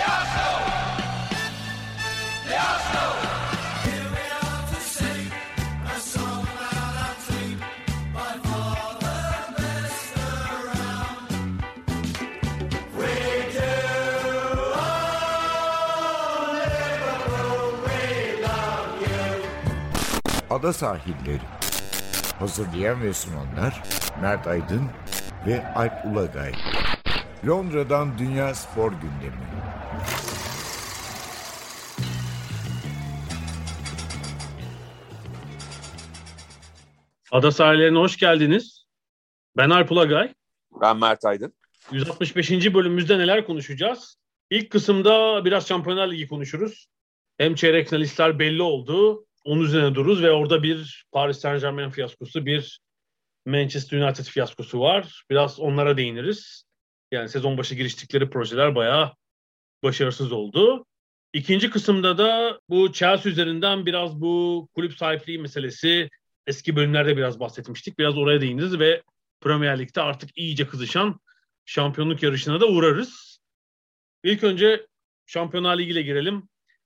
Ada Sahilleri. Hazırlayan ve sunanlar Mert Aydın ve Alp Ulagay. Londra'dan Dünya Spor Gündemi. Ada Sahillerine hoş geldiniz. Ben Alp Ulagay. Ben Mert Aydın. 165. bölümümüzde neler konuşacağız? İlk kısımda biraz Şampiyonlar Ligi konuşuruz. Hem çeyrek finalistler belli oldu. Onun üzerine dururuz ve orada bir Paris Saint-Germain fiyaskosu, bir Manchester United fiyaskosu var. Biraz onlara değiniriz. Yani sezon başı giriştikleri projeler bayağı başarısız oldu. İkinci kısımda da bu Chelsea üzerinden biraz bu kulüp sahipliği meselesi, eski bölümlerde biraz bahsetmiştik. Biraz oraya değiniriz ve Premier Lig'de artık iyice kızışan şampiyonluk yarışına da uğrarız. İlk önce Şampiyonlar Ligi ile girelim.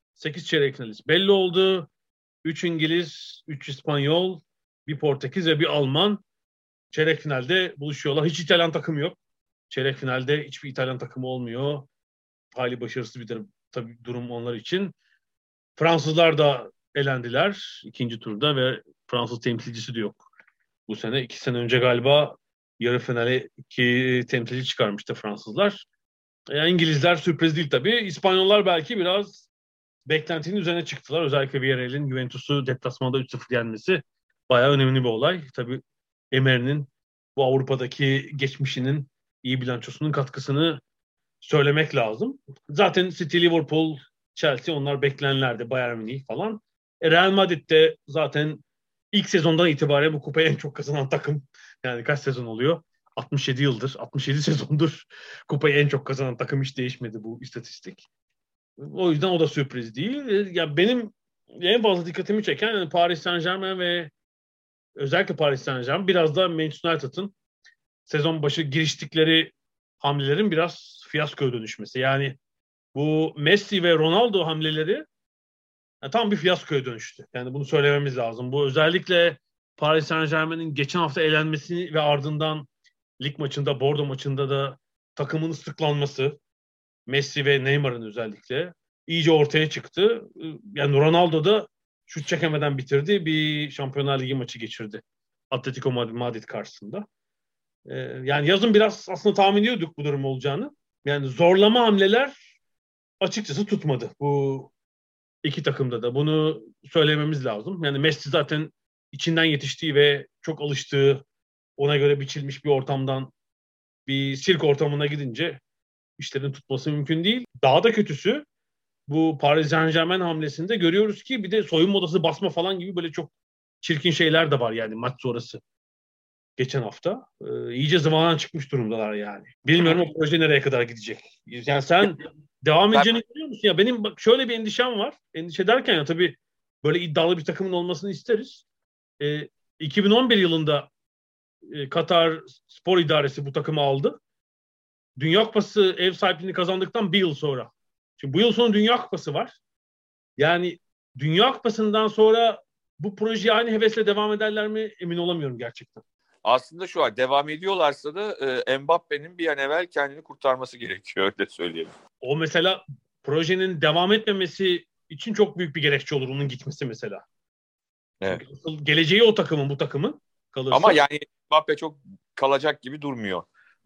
8 çeyrek finalist belli oldu. 3 İngiliz, 3 İspanyol, bir Portekiz ve bir Alman çeyrek finalde buluşuyorlar. Hiç İtalyan takımı yok. Çeyrek finalde hiçbir İtalyan takımı olmuyor. Hali başarısız bir tabii durum onlar için. Fransızlar da elendiler ikinci turda ve Fransız temsilcisi de yok bu sene. 2 sene önce galiba yarı finale 2 temsilci çıkarmıştı Fransızlar. Yani İngilizler sürpriz değil tabii. İspanyollar belki biraz beklentinin üzerine çıktılar. Özellikle Villarreal'in Juventus'u deplasmanda 3-0 yenmesi bayağı önemli bir olay. Tabii Emery'nin bu Avrupa'daki geçmişinin, iyi bilançosunun katkısını söylemek lazım. Zaten City, Liverpool, Chelsea onlar beklenenlerdi. Bayern Münih falan. Real Madrid de zaten ilk sezondan itibaren bu kupayı en çok kazanan takım. Yani kaç sezon oluyor? 67 yıldır, 67 sezondur kupayı en çok kazanan takım, hiç değişmedi bu istatistik. O yüzden o da sürpriz değil. Ya benim en fazla dikkatimi çeken yani Paris Saint-Germain ve özellikle Paris Saint-Germain, biraz da Manchester United'ın sezon başı giriştikleri hamlelerin biraz fiyaskoya dönüşmesi. Yani bu Messi ve Ronaldo hamleleri tam bir fiyaskoya dönüştü. Yani bunu söylememiz lazım. Bu özellikle Paris Saint-Germain'in geçen hafta elenmesi ve ardından lig maçında, Bordeaux maçında da takımın ıslıklanması, Messi ve Neymar'ın özellikle iyice ortaya çıktı. Yani Ronaldo da şut çekemeden bitirdi. Bir Şampiyonlar Ligi maçı geçirdi Atletico Madrid karşısında. Yani yazın biraz aslında tahmin ediyorduk bu durum olacağını. Yani zorlama hamleler açıkçası tutmadı bu iki takımda da. Bunu söylememiz lazım. Yani Messi zaten içinden yetiştiği ve çok alıştığı, ona göre biçilmiş bir ortamdan bir sirk ortamına gidince işlerin tutması mümkün değil. Daha da kötüsü bu Paris Saint-Germain hamlesinde görüyoruz ki bir de soyunma odası basma falan gibi böyle çok çirkin şeyler de var yani maç sonrası. Geçen hafta. İyice zıvanadan çıkmış durumdalar yani. Bilmiyorum o proje nereye kadar gidecek. Yani sen devam edeceğini görüyor musun? Ya benim bak şöyle bir endişem var. Endişe derken ya tabii böyle iddialı bir takımın olmasını isteriz. 2011 yılında Katar Spor İdaresi bu takımı aldı. Dünya Kupası ev sahipliğini kazandıktan bir yıl sonra. Şimdi bu yıl sonu Dünya Kupası var. Yani Dünya Kupası'ndan sonra bu projeye aynı hevesle devam ederler mi emin olamıyorum gerçekten. Aslında şu an devam ediyorlarsa da Mbappe'nin bir an evvel kendini kurtarması gerekiyor, öyle söyleyelim. O mesela projenin devam etmemesi için çok büyük bir gerekçe olur onun gitmesi mesela. Evet. Çünkü geleceği o takımın, bu takımın kalırsa. Ama yani Mbappe çok kalacak gibi durmuyor.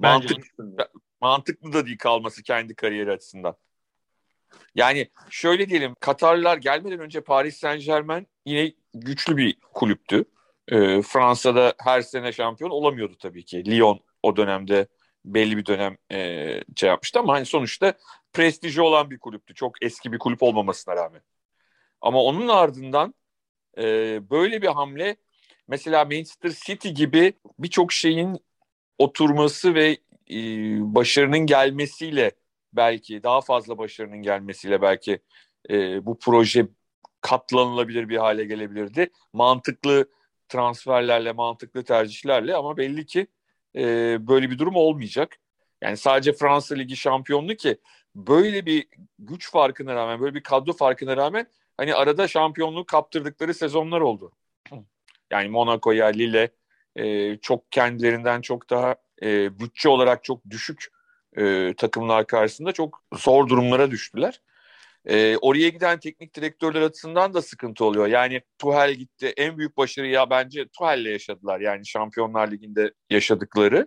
Mantıklı da değil kalması kendi kariyeri açısından. Yani şöyle diyelim, Katarlılar gelmeden önce Paris Saint-Germain yine güçlü bir kulüptü. Fransa'da her sene şampiyon olamıyordu tabii ki. Lyon o dönemde belli bir dönem yapmıştı ama hani sonuçta prestiji olan bir kulüptü. Çok eski bir kulüp olmamasına rağmen. Ama onun ardından böyle bir hamle, mesela Manchester City gibi birçok şeyin oturması ve başarının gelmesiyle, belki daha fazla başarının gelmesiyle belki bu proje katlanılabilir bir hale gelebilirdi. Mantıklı transferlerle, mantıklı tercihlerle, ama belli ki böyle bir durum olmayacak. Yani sadece Fransa Ligi şampiyonluğu ki böyle bir güç farkına rağmen, böyle bir kadro farkına rağmen hani arada şampiyonluğu kaptırdıkları sezonlar oldu. Yani Monaco'ya, Lille çok kendilerinden çok daha bütçe olarak çok düşük takımlar karşısında çok zor durumlara düştüler. Oraya giden teknik direktörler açısından da sıkıntı oluyor. Yani Tuchel gitti. En büyük başarıyı ya bence Tuchel'le yaşadılar. Yani Şampiyonlar Ligi'nde yaşadıkları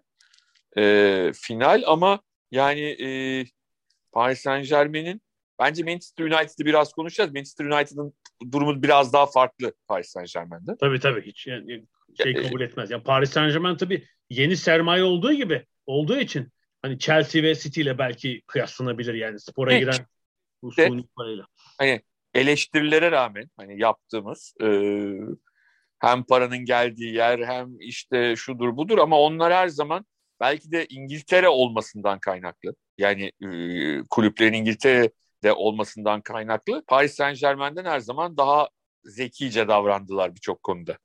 final ama yani Paris Saint-Germain'in bence Manchester United'ı biraz konuşacağız. Manchester United'ın durumu biraz daha farklı Paris Saint-Germain'de. Tabii hiç kabul etmez. Yani Paris Saint-Germain tabii yeni sermaye olduğu için hani Chelsea ve City ile belki kıyaslanabilir yani spora giren bu suni parayla. Hani eleştirilere rağmen hani yaptığımız hem paranın geldiği yer hem işte şudur budur ama onlar her zaman belki de İngiltere olmasından kaynaklı. Yani kulüplerin İngiltere'de olmasından kaynaklı. Paris Saint-Germain'den her zaman daha zekice davrandılar birçok konuda.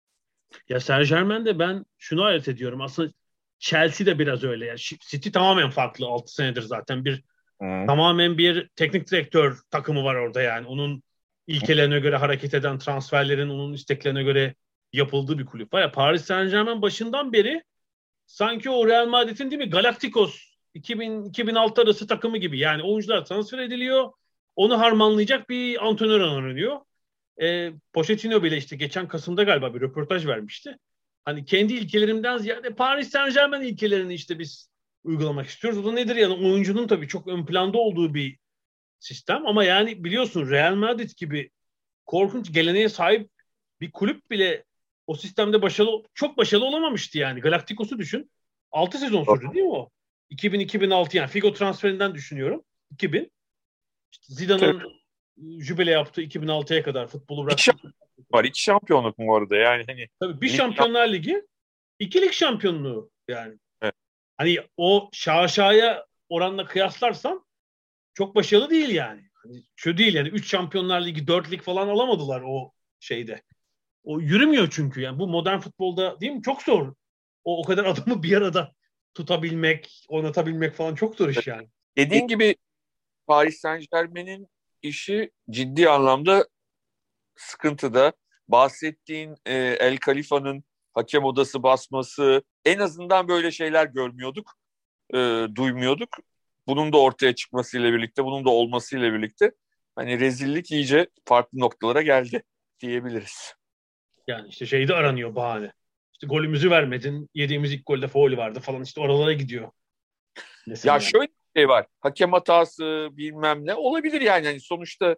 Ya Saint-Germain'de ben şunu hayret ediyorum. Aslında Chelsea de biraz öyle. Yani City tamamen farklı 6 senedir zaten. Tamamen bir teknik direktör takımı var orada yani. Onun ilkelerine göre hareket eden transferlerin onun isteklerine göre yapıldığı bir kulüp var. Ya Paris Saint-Germain başından beri sanki o Real Madrid'in değil mi Galacticos 2000-2006 arası takımı gibi. Yani oyuncular transfer ediliyor. Onu harmanlayacak bir antrenör aranıyor. Pochettino bile işte geçen Kasım'da galiba bir röportaj vermişti. Hani kendi ilkelerimden ziyade Paris Saint-Germain ilkelerini işte biz uygulamak istiyoruz. O da nedir yani oyuncunun tabii çok ön planda olduğu bir sistem ama yani biliyorsun Real Madrid gibi korkunç geleneğe sahip bir kulüp bile o sistemde çok başarılı olamamıştı yani. Galacticos'u düşün. 6 sezon sürdü değil mi o? 2000-2006 yani Figo transferinden düşünüyorum. 2000. İşte Zidane'ın jübile yaptığı 2006'ya kadar futbolu bıraktı. Var 2 şampiyonluk mu orada yani hani. Tabii bir Şampiyonlar Ligi, 2 lig şampiyonluğu yani. Evet. Hani o şaşaya oranla kıyaslarsan çok başarılı değil yani. Hani şu değil yani 3 Şampiyonlar Ligi, 4 lig falan alamadılar o şeyde. O yürümüyor çünkü yani bu modern futbolda değil mi? Çok zor. O kadar adamı bir arada tutabilmek, oynatabilmek falan çok zor iş yani. Dediğin gibi Paris Saint-Germain'in işi ciddi anlamda sıkıntıda. Bahsettiğin El Khalifa'nın hakem odası basması en azından böyle şeyler görmüyorduk, duymuyorduk. Bunun da ortaya çıkmasıyla birlikte, bunun da olmasıyla birlikte hani rezillik iyice farklı noktalara geldi diyebiliriz. Yani işte şeyde aranıyor bahane. İşte golümüzü vermedin, yediğimiz ilk golde faul vardı falan işte oralara gidiyor. Mesela ya yani. Şöyle bir şey var. Hakem hatası bilmem ne olabilir yani. Yani sonuçta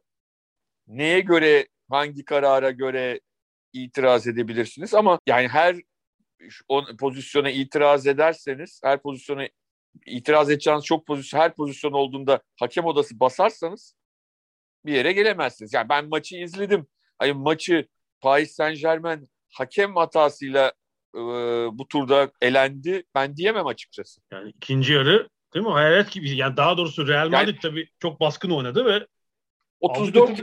neye göre, hangi karara göre itiraz edebilirsiniz ama yani her pozisyona itiraz ederseniz, her pozisyona itiraz edeceğiniz her pozisyon olduğunda hakem odası basarsanız bir yere gelemezsiniz. Yani ben maçı izledim. Maçı Paris Saint-Germain hakem hatasıyla bu turda elendi. Ben diyemem açıkçası. Yani ikinci yarı değil mi? Hayalet gibi. Yani daha doğrusu Real Madrid yani, tabii çok baskın oynadı ve 34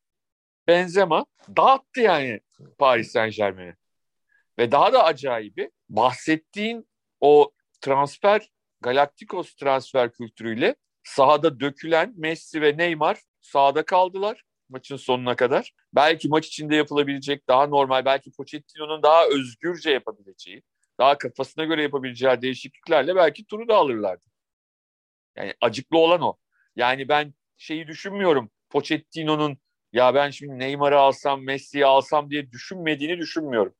Benzema dağıttı yani Paris Saint-Germain'e. Ve daha da acayibi bahsettiğin o Galacticos transfer kültürüyle sahada dökülen Messi ve Neymar sahada kaldılar maçın sonuna kadar. Belki maç içinde yapılabilecek daha normal, belki Pochettino'nun daha özgürce yapabileceği, daha kafasına göre yapabileceği değişikliklerle belki turu da alırlardı. Yani acıklı olan o. Yani ben şeyi düşünmüyorum. Pochettino'nun ya ben şimdi Neymar'ı alsam, Messi'yi alsam diye düşünmüyorum.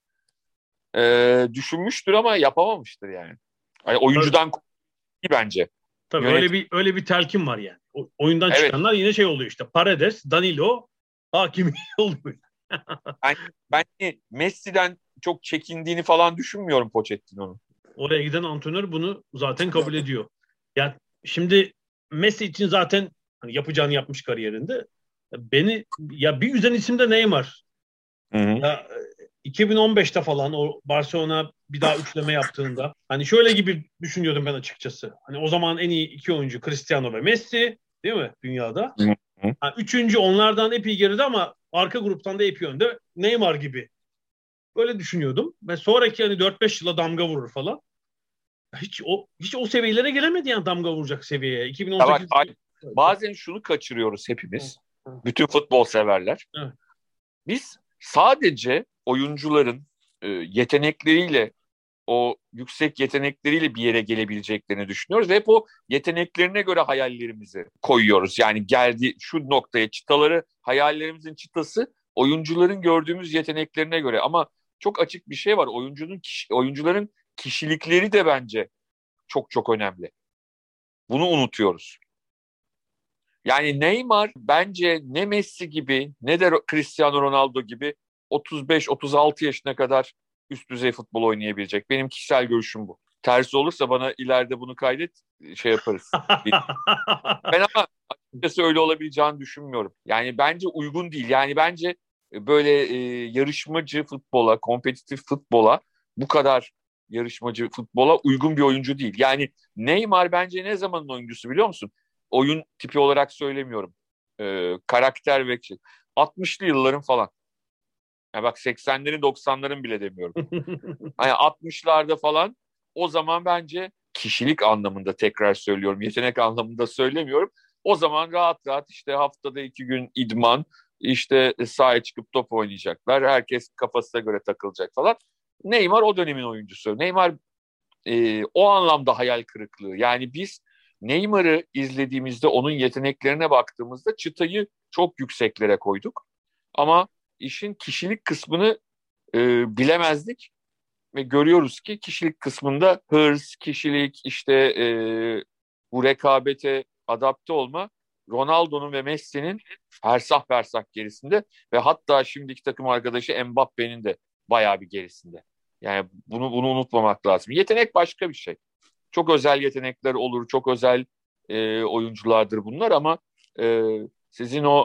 Düşünmüştür ama yapamamıştır yani. Oyuncudan bence. Tabii öyle bir telkin var yani. Oyundan çıkanlar yine şey oluyor işte. Paredes, Danilo, Hakimi oluyor. Ben Messi'den çok çekindiğini falan düşünmüyorum Pochettino'nun. Oraya giden antrenör bunu zaten kabul ediyor. Yani şimdi Messi için zaten hani yapacağını yapmış kariyerinde. Bir üzen isim de Neymar. Hı-hı. Ya 2015'te falan o Barcelona bir daha üçleme yaptığında hani şöyle gibi düşünüyordum ben açıkçası. Hani o zaman en iyi 2 oyuncu Cristiano ve Messi değil mi dünyada? Yani üçüncü onlardan epey geride ama arka gruptan da epey önde Neymar gibi. Böyle düşünüyordum. Ve sonraki hani 4-5 yıla damga vurur falan. hiç o seviyelere gelemedi yani, damga vuracak seviyeye. 2018 bazen şunu kaçırıyoruz hepimiz. Bütün futbol severler. Evet. Biz sadece oyuncuların yetenekleriyle, o yüksek yetenekleriyle bir yere gelebileceklerini düşünüyoruz ve hep o yeteneklerine göre hayallerimizi koyuyoruz. Yani geldi şu noktaya çıtaları, hayallerimizin çıtası oyuncuların gördüğümüz yeteneklerine göre. Ama çok açık bir şey var. Oyuncuların kişilikleri de bence çok çok önemli. Bunu unutuyoruz. Yani Neymar bence ne Messi gibi ne de Cristiano Ronaldo gibi 35-36 yaşına kadar üst düzey futbol oynayabilecek. Benim kişisel görüşüm bu. Tersi olursa bana ileride bunu kaydet, şey yaparız. Ben ama açıkçası öyle olabileceğini düşünmüyorum. Yani bence uygun değil. Yani bence böyle yarışmacı futbola, kompetitif futbola, bu kadar yarışmacı futbola uygun bir oyuncu değil. Yani Neymar bence ne zamanın oyuncusu biliyor musun? Oyun tipi olarak söylemiyorum. Karakter ve 60'lı yılların falan. Yani bak 80'lerin 90'ların bile demiyorum. Hani 60'larda falan, o zaman bence kişilik anlamında tekrar söylüyorum. Yetenek anlamında söylemiyorum. O zaman rahat rahat işte haftada 2 gün idman, işte sahaya çıkıp top oynayacaklar. Herkes kafasına göre takılacak falan. Neymar o dönemin oyuncusu. Neymar o anlamda hayal kırıklığı. Yani biz Neymar'ı izlediğimizde, onun yeteneklerine baktığımızda çıtayı çok yükseklere koyduk. Ama işin kişilik kısmını bilemezdik ve görüyoruz ki kişilik kısmında hırs, kişilik, işte bu rekabete adapte olma Ronaldo'nun ve Messi'nin fersah fersah gerisinde ve hatta şimdiki takım arkadaşı Mbappe'nin de bayağı bir gerisinde. Yani bunu unutmamak lazım. Yetenek başka bir şey. Çok özel yetenekler olur, çok özel oyunculardır bunlar ama sizin o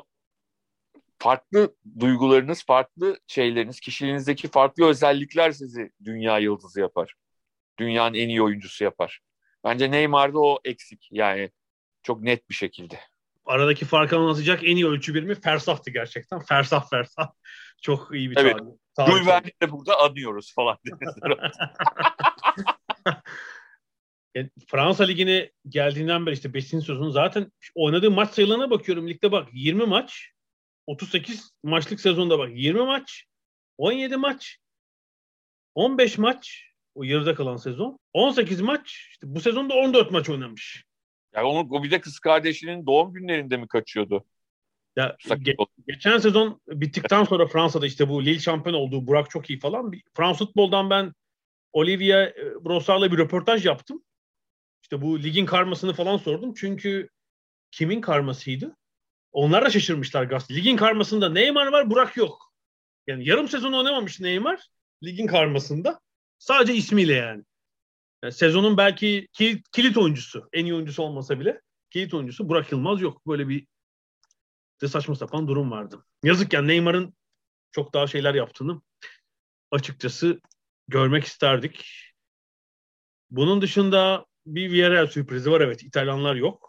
farklı duygularınız, farklı şeyleriniz, kişiliğinizdeki farklı özellikler sizi dünya yıldızı yapar. Dünyanın en iyi oyuncusu yapar. Bence Neymar'da o eksik. Yani çok net bir şekilde. Aradaki farkı anlatacak en iyi ölçü birimi fersahtı gerçekten. Fersah. Çok iyi bir evet. tarih. Jules Verne'i de burada anıyoruz falan. Fransa Ligi'ne geldiğinden beri işte 5. sezonu zaten oynadığı maç sayılarına bakıyorum. Ligde bak 20 maç, 38 maçlık sezonda bak 20 maç, 17 maç, 15 maç, o yarıda kalan sezon, 18 maç, işte bu sezonda 14 maç oynamış. Yani o bir de kız kardeşinin doğum günlerinde mi kaçıyordu? Ya geçen sezon bittikten sonra Fransa'da işte bu Lille şampiyon olduğu, Burak çok iyi falan. Frans futboldan ben Olivier Brossard'la bir röportaj yaptım. İşte bu ligin karmasını falan sordum. Çünkü kimin karmasıydı? Onlar da şaşırmışlar gazete. Ligin karmasında Neymar var, Burak yok. Yani yarım sezon oynamamış Neymar ligin karmasında. Sadece ismiyle yani. Yani sezonun belki kilit oyuncusu. En iyi oyuncusu olmasa bile kilit oyuncusu Burak Yılmaz yok. Böyle bir de saçma sapan durum vardı. Yazık yani, Neymar'ın çok daha şeyler yaptığını açıkçası görmek isterdik. Bunun dışında bir Villarreal sürprizi var. Evet, İtalyanlar yok.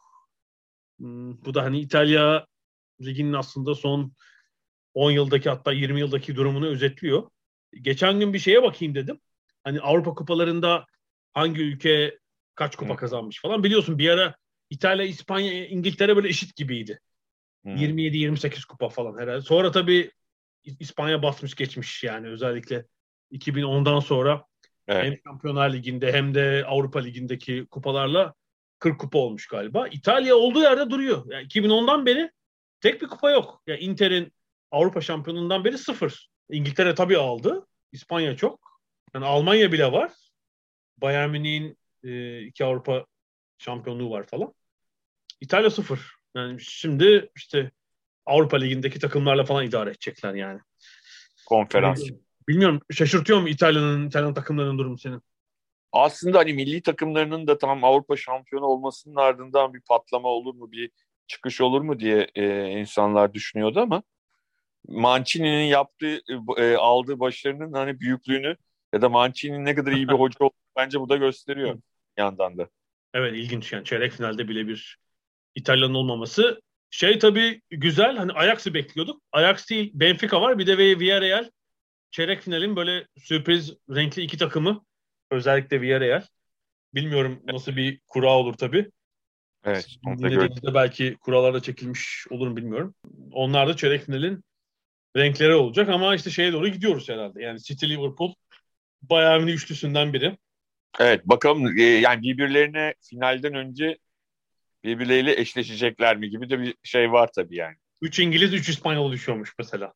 Bu da hani İtalya liginin aslında son 10 yıldaki, hatta 20 yıldaki durumunu özetliyor. Geçen gün bir şeye bakayım dedim. Hani Avrupa kupalarında hangi ülke kaç kupa kazanmış falan. Biliyorsun bir ara İtalya, İspanya, İngiltere böyle eşit gibiydi. 27-28 kupa falan herhalde. Sonra tabii İspanya basmış geçmiş yani, özellikle 2010'dan sonra hem Şampiyonlar Ligi'nde hem de Avrupa Ligi'ndeki kupalarla 40 kupa olmuş galiba. İtalya olduğu yerde duruyor. Yani 2010'dan beri tek bir kupa yok. Yani Inter'in Avrupa şampiyonundan beri 0. İngiltere tabii aldı. İspanya çok. Yani Almanya bile var. Bayern Münih'in 2 Avrupa şampiyonluğu var falan. İtalya 0. Yani şimdi işte Avrupa Ligi'ndeki takımlarla falan idare edecekler yani. Konferans. Bilmiyorum, şaşırtıyor mu İtalyan takımlarının durumu senin? Aslında hani milli takımlarının da tam Avrupa şampiyonu olmasının ardından bir patlama olur mu, bir çıkış olur mu diye insanlar düşünüyordu ama Mancini'nin yaptığı, aldığı başarının hani büyüklüğünü ya da Mancini'nin ne kadar iyi bir hoca olduğunu bence bu da gösteriyor bir yandan da. Evet, ilginç yani, çeyrek finalde bile bir İtalyanın olmaması. Tabii güzel, hani Ajax'ı bekliyorduk. Ajax değil, Benfica var, bir de Villarreal. Çeyrek finalin böyle sürpriz renkli iki takımı, özellikle Villarreal. Bilmiyorum nasıl bir kura olur tabii. Evet. Onu da gördüm. Dinlediğinizde belki kurallarda çekilmiş olur mu bilmiyorum. Onlar da çeyrek finalin renkleri olacak ama işte şeye doğru gidiyoruz herhalde. Yani City Liverpool Bayern Münih üçlüsünden biri. Evet, bakalım yani birbirlerine finalden önce birbirleriyle eşleşecekler mi gibi de bir şey var tabii yani. 3 İngiliz 3 İspanyol düşüyormuş mesela.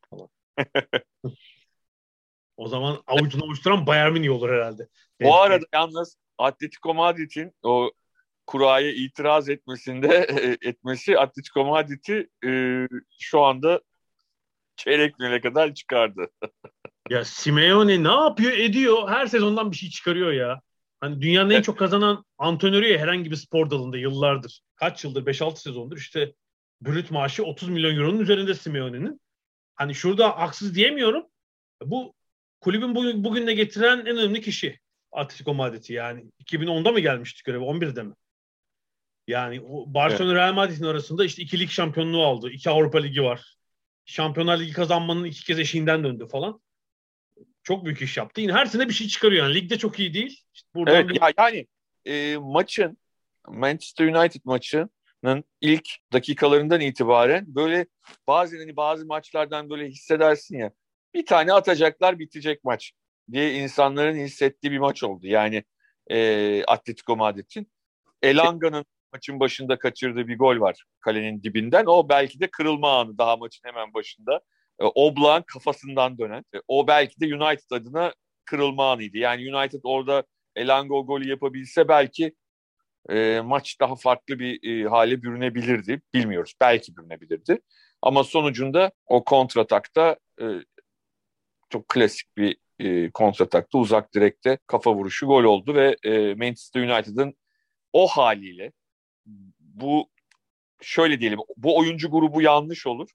O zaman avucunu avuşturan Bayern Münih olur herhalde. Bu Genç arada yalnız Atletico Madrid'in o kuraya itiraz etmesi Atletico Madrid'i şu anda çeyrek finale kadar çıkardı. Ya Simeone ne yapıyor ediyor. Her sezondan bir şey çıkarıyor ya. Hani dünyanın en çok kazanan antrenörü ya herhangi bir spor dalında yıllardır. Kaç yıldır? 5-6 sezondur. İşte brüt maaşı 30 milyon euronun üzerinde Simeone'nin. Hani şurada haksız diyemiyorum. Bu kulübün bugüne getiren en önemli kişi. Atletico Madrid'i yani. 2010'da mı gelmişti görevi? 11'de mi? Yani o Evet. Barcelona Real Madrid'in arasında işte 2 lig şampiyonluğu aldı. 2 Avrupa Ligi var. Şampiyonlar Ligi kazanmanın 2 kez eşiğinden döndü falan. Çok büyük iş yaptı. Yine her sene bir şey çıkarıyor. Yani ligde çok iyi değil. İşte buradan Evet bir ya yani maçın Manchester United maçının ilk dakikalarından itibaren böyle bazen hani bazı maçlardan böyle hissedersin ya bir tane atacaklar bitecek maç diye insanların hissettiği bir maç oldu. Yani Atletico Madrid'in Elanga'nın maçın başında kaçırdığı bir gol var kalenin dibinden. O belki de kırılma anı daha maçın hemen başında. Oblak'ın kafasından dönen. O belki de United adına kırılma anıydı. Yani United orada Elanga o golü yapabilse belki maç daha farklı bir hale bürünebilirdi. Bilmiyoruz. Belki bürünebilirdi. Ama sonucunda o kontratakta çok klasik bir kontratakta uzak direkte kafa vuruşu gol oldu ve Manchester United'ın o haliyle bu şöyle diyelim bu oyuncu grubu yanlış olur.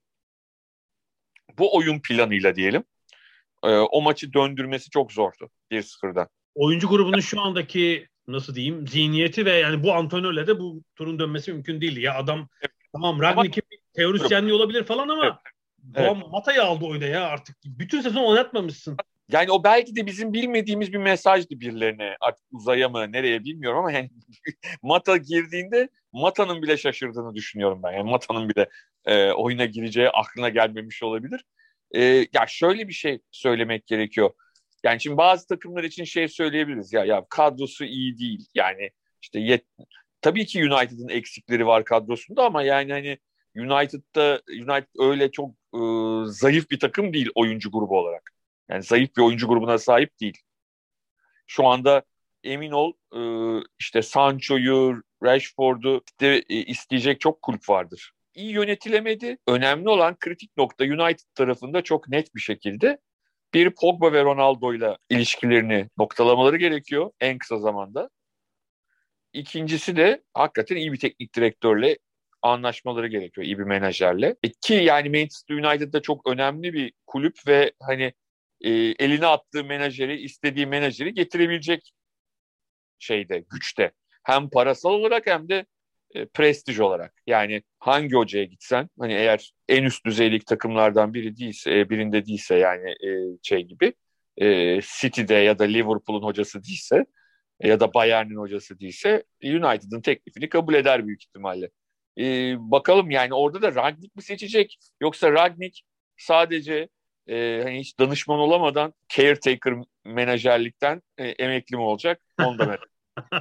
Bu oyun planıyla diyelim o maçı döndürmesi çok zordu 1-0'dan. oyuncu grubunun şu andaki nasıl diyeyim zihniyeti ve yani bu antrenörle de bu turun dönmesi mümkün değil. Ya adam tamam Ama Rangnick'in teorisyenliği olabilir falan evet, ama evet. Mata'yı aldı oyuna ya artık. Bütün sezon oynatmamışsın. Yani o belki de bizim bilmediğimiz bir mesajdı birilerine. Artık uzaya mı nereye bilmiyorum ama yani Mata girdiğinde Mata'nın bile şaşırdığını düşünüyorum ben. Yani Mata'nın bile oyuna gireceği aklına gelmemiş olabilir. Ya şöyle bir şey söylemek gerekiyor. Yani şimdi bazı takımlar için şey söyleyebiliriz. Ya kadrosu iyi değil. Yani işte tabii ki United'ın eksikleri var kadrosunda ama yani hani United öyle çok zayıf bir takım değil oyuncu grubu olarak. Yani zayıf bir oyuncu grubuna sahip değil. Şu anda emin ol işte Sancho'yu, Rashford'u isteyecek çok kulüp vardır. İyi yönetilemedi. Önemli olan kritik nokta United tarafında çok net bir şekilde bir Pogba ve Ronaldo'yla ilişkilerini noktalamaları gerekiyor en kısa zamanda. İkincisi de hakikaten iyi bir teknik direktörle anlaşmaları gerekiyor, iyi bir menajerle. Ki yani Manchester United'da çok önemli bir kulüp ve hani eline attığı menajeri, istediği menajeri getirebilecek şeyde, güçte. Hem parasal olarak hem de prestij olarak. Yani hangi hocaya gitsen, hani eğer en üst düzeylik takımlardan birinde değilse yani şey gibi, City'de ya da Liverpool'un hocası değilse ya da Bayern'in hocası değilse United'ın teklifini kabul eder büyük ihtimalle. Bakalım yani orada da Rangnick mi seçecek yoksa Rangnick sadece hani hiç danışman olamadan caretaker menajerlikten emekli mi olacak? Onu da merak.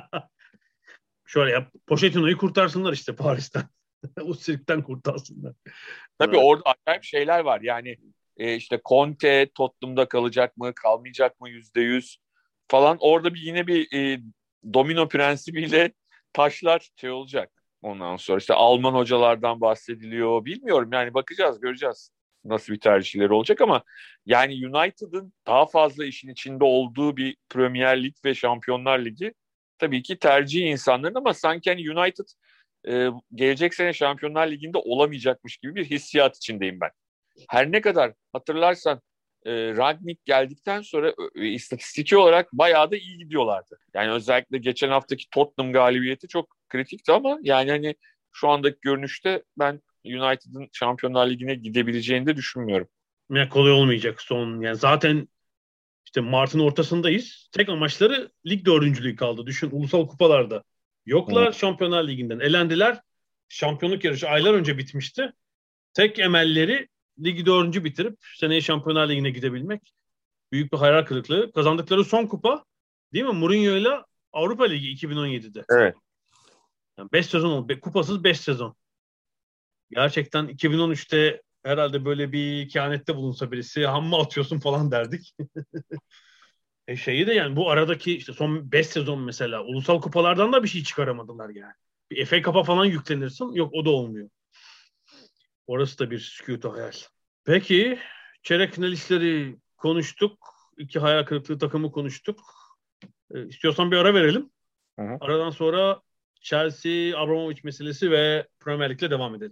Şöyle yap. Pochettino'yu kurtarsınlar işte Paris'ten. O sirkten kurtarsınlar. Tabii orada acayip şeyler var. Yani işte Conte Tottenham'da kalacak mı, kalmayacak mı %100 falan. Orada yine bir domino prensibiyle taşlar şey olacak. Ondan sonra işte Alman hocalardan bahsediliyor. Bilmiyorum yani bakacağız, göreceğiz nasıl bir tercihleri olacak ama yani United'ın daha fazla işin içinde olduğu bir Premier Lig ve Şampiyonlar Ligi tabii ki tercih insanların ama sanki hani United gelecek sene Şampiyonlar Ligi'nde olamayacakmış gibi bir hissiyat içindeyim ben. Her ne kadar hatırlarsan Rangnick geldikten sonra istatistiki olarak bayağı da iyi gidiyorlardı. Yani özellikle geçen haftaki Tottenham galibiyeti çok kritikti ama yani hani şu andaki görünüşte ben United'ın Şampiyonlar Ligi'ne gidebileceğini de düşünmüyorum. Ya kolay olmayacak son. Yani zaten İşte Mart'ın ortasındayız. Tek amaçları lig dördüncülüğü kaldı. Düşün, ulusal kupalarda yoklar, Şampiyonlar Ligi'nden elendiler. Şampiyonluk yarışı aylar önce bitmişti. Tek emelleri ligi dördüncü bitirip seneye Şampiyonlar Ligi'ne gidebilmek. Büyük bir hayal kırıklığı. Kazandıkları son kupa, değil mi? Mourinho'yla Avrupa Ligi 2017'de. Evet. Yani 5 sezon oldu. Kupasız 5 sezon. Gerçekten 2013'te herhalde böyle bir kehanette bulunsa birisi hamma atıyorsun falan derdik. Şeyi de yani bu aradaki işte son 5 sezon mesela ulusal kupalardan da bir şey çıkaramadılar yani. Bir FA Cup'a falan yüklenirsin. Yok, o da olmuyor. Orası da bir sükût hayal. Peki çeyrek finalistleri konuştuk. İki hayal kırıklığı takımı konuştuk. İstiyorsan bir ara verelim. Hı. Aradan sonra Chelsea, Abramovich meselesi ve Premier Lig'le devam edelim.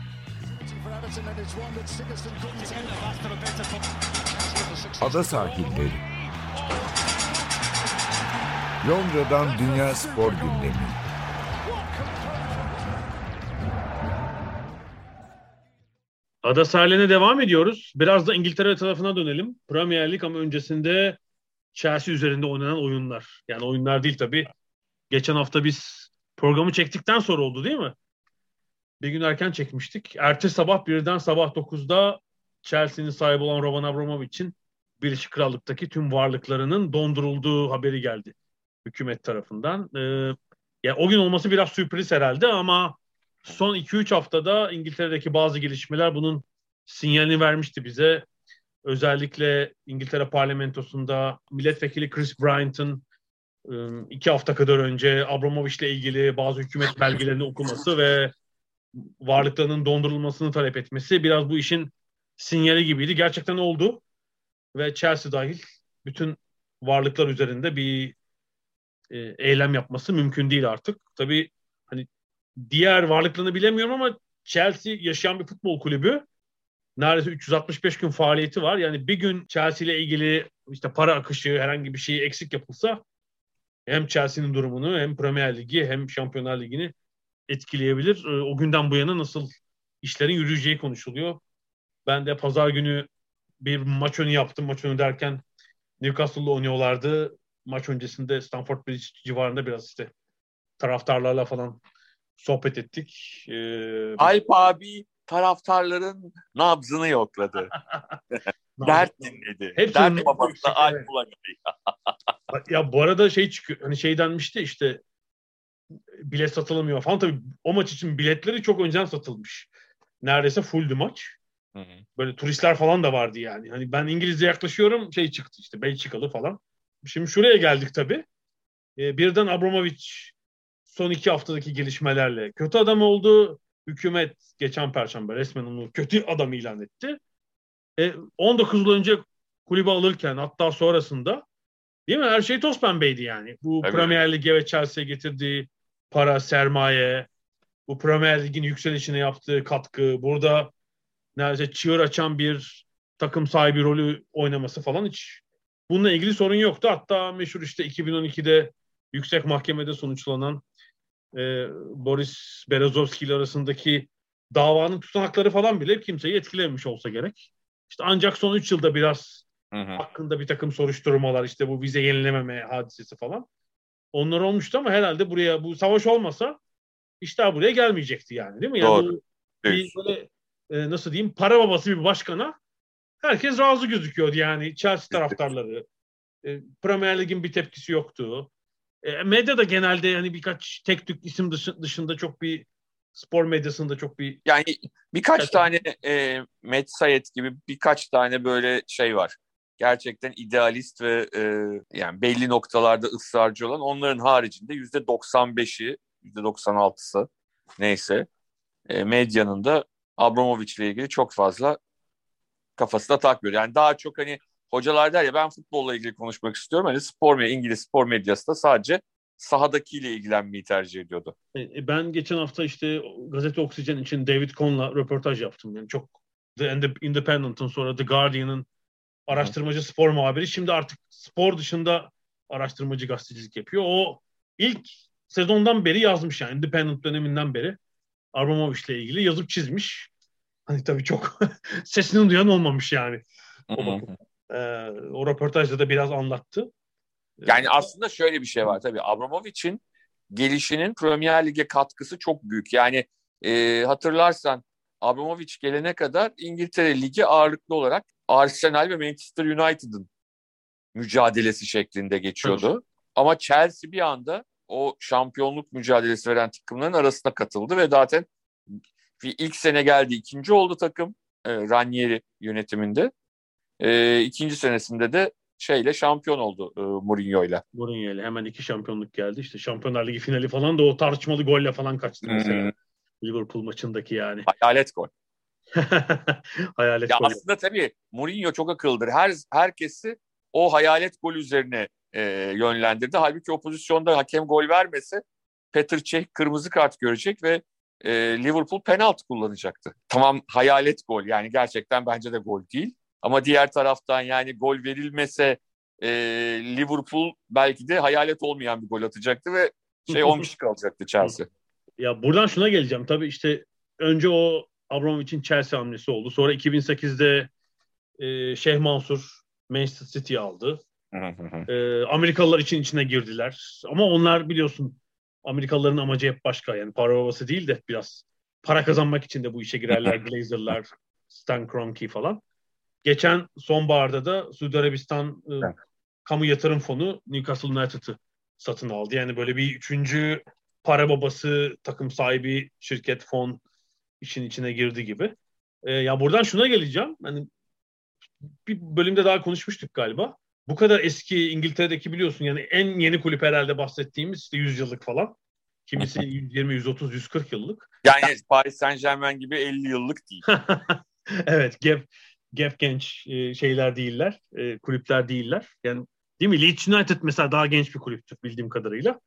Ada sahilleri. Londra'dan Dünya Spor Gündemi. Ada sahiline devam ediyoruz. Biraz da İngiltere tarafına dönelim. Premier Lig ama öncesinde Chelsea üzerinde oynanan oyunlar. Yani oyunlar değil tabii. Geçen hafta biz programı çektikten sonra oldu değil mi? Bir gün erken çekmiştik. Ertesi sabah birden sabah 9'da Chelsea'nin sahibi olan Roman Abramovich'in Birleşik Krallık'taki tüm varlıklarının dondurulduğu haberi geldi hükümet tarafından. Yani o gün olması biraz sürpriz herhalde ama son 2-3 haftada İngiltere'deki bazı gelişmeler bunun sinyalini vermişti bize. Özellikle İngiltere parlamentosunda milletvekili Chris Bryant'ın 2 hafta kadar önce Abramovich'le ilgili bazı hükümet belgelerini okuması ve varlıklarının dondurulmasını talep etmesi biraz bu işin sinyali gibiydi. Gerçekten oldu ve Chelsea dahil bütün varlıklar üzerinde bir eylem yapması mümkün değil artık. Tabii hani diğer varlıklarını bilemiyorum ama Chelsea yaşayan bir futbol kulübü. Neredeyse 365 gün faaliyeti var. Yani bir gün Chelsea ile ilgili işte para akışı herhangi bir şey eksik yapılsa hem Chelsea'nin durumunu hem Premier Ligi hem Şampiyonlar Ligi'ni etkileyebilir. O günden bu yana nasıl işlerin yürüyeceği konuşuluyor. Ben de pazar günü bir maç önü yaptım. Maç önü derken Newcastle'la oynuyorlardı. Maç öncesinde Stamford Bridge civarında biraz işte taraftarlarla falan sohbet ettik. Alp abi taraftarların nabzını yokladı. Dert dinledi. Dert babası Alp Ulagay. Ya bu arada şey çıkıyor. Hani şey denmişti işte bilet satılamıyor falan. Tabii o maç için biletleri çok önceden satılmış. Neredeyse fulldü maç. Hı. Böyle turistler falan da vardı yani. Hani ben İngilizce yaklaşıyorum şey çıktı işte Belçikalı falan. Şimdi şuraya geldik tabii. Birden Abramovich son 2 haftadaki gelişmelerle kötü adam oldu. Hükümet geçen Perşembe resmen onu kötü adam ilan etti. 19 yıl önce kulübü alırken hatta sonrasında değil mi? Her şey toz pembeydi yani. Bu Tabii. Premier Lig'e ve Chelsea'ye getirdiği para, sermaye, bu Premier Lig'in yükselişine yaptığı katkı, burada neredeyse çığır açan bir takım sahibi rolü oynaması falan hiç bununla ilgili sorun yoktu. Hatta meşhur işte 2012'de yüksek mahkemede sonuçlanan Boris Berezovski ile arasındaki davanın tutanakları falan bile kimseyi etkilememiş olsa gerek. İşte ancak son 3 yılda biraz hakkında bir takım soruşturmalar işte bu vize yenilememe hadisesi falan. Onlar olmuştu ama herhalde buraya bu savaş olmasa işler buraya gelmeyecekti yani değil mi? Yani doğru. Bir böyle nasıl diyeyim para babası bir başkana herkes razı gözüküyordu yani Chelsea taraftarları. Premier Lig'in bir tepkisi yoktu. Medyada genelde yani birkaç tek tük isim dışında çok bir spor medyasında çok bir yani birkaç tane Matt Sayet gibi birkaç tane böyle şey var. Gerçekten idealist ve yani belli noktalarda ısrarcı olan onların haricinde %95'i, %96'sı neyse medyanın da Abramovich ile ilgili çok fazla kafasına takmıyor. Yani daha çok hani hocalar der ya ben futbolla ilgili konuşmak istiyorum. Hani İngiliz spor medyası da sadece sahadakiyle ilgilenmeyi tercih ediyordu. Ben geçen hafta işte gazete Oksijen için David Cohn'la röportaj yaptım. Yani çok The Independent'ın sonra The Guardian'ın araştırmacı spor muhabiri. Şimdi artık spor dışında araştırmacı gazetecilik yapıyor. O ilk sezondan beri yazmış yani Independent döneminden beri Abramovich'le ilgili yazıp çizmiş. Hani tabii çok sesini duyan olmamış yani. O bakımdan. O röportajda da biraz anlattı. Yani aslında şöyle bir şey var tabii. Abramovich'in gelişinin Premier Lig'e katkısı çok büyük. Yani hatırlarsan Abramovich gelene kadar İngiltere Ligi ağırlıklı olarak Arsenal ve Manchester United'ın mücadelesi şeklinde geçiyordu. Evet. Ama Chelsea bir anda o şampiyonluk mücadelesi veren takımların arasına katıldı ve zaten ilk sene geldi, ikinci oldu takım Ranieri yönetiminde. İkinci senesinde de şampiyon oldu Mourinho'yla. Mourinho'yla hemen 2 şampiyonluk geldi. İşte Şampiyonlar Ligi finali falan da o tartışmalı golle falan kaçtı mesela. Liverpool maçındaki yani. Hayalet gol. Hayalet ya gol. Aslında tabii Mourinho çok akıllıdır. Herkesi o hayalet gol üzerine yönlendirdi. Halbuki o pozisyonda hakem gol vermese Petr Cech kırmızı kart görecek ve Liverpool penaltı kullanacaktı. Tamam, hayalet gol, yani gerçekten bence de gol değil. Ama diğer taraftan yani gol verilmese Liverpool belki de hayalet olmayan bir gol atacaktı ve 10 kişi kalacaktı Chelsea. Ya buradan şuna geleceğim. Tabii işte önce o Abramovich'in Chelsea hamlesi oldu. Sonra 2008'de Şeyh Mansur Manchester City'yi aldı. Amerikalılar için içine girdiler. Ama onlar biliyorsun Amerikalıların amacı hep başka. Yani para babası değil de biraz para kazanmak için de bu işe girerler. Glazer'lar, Stan Kroenke falan. Geçen sonbaharda da Suudi Arabistan kamu yatırım fonu Newcastle United'ı satın aldı. Yani böyle bir üçüncü para babası, takım sahibi, şirket, fon işin içine girdi gibi. Ya buradan şuna geleceğim. Hani bir bölümde daha konuşmuştuk galiba. Bu kadar eski İngiltere'deki biliyorsun yani en yeni kulüp herhalde bahsettiğimiz işte 100 yıllık falan. Kimisi 120, 130, 140 yıllık. Yani Paris Saint-Germain gibi 50 yıllık değil. Evet, genç şeyler değiller, kulüpler değiller. Yani değil mi? Leeds United mesela daha genç bir kulüptür bildiğim kadarıyla.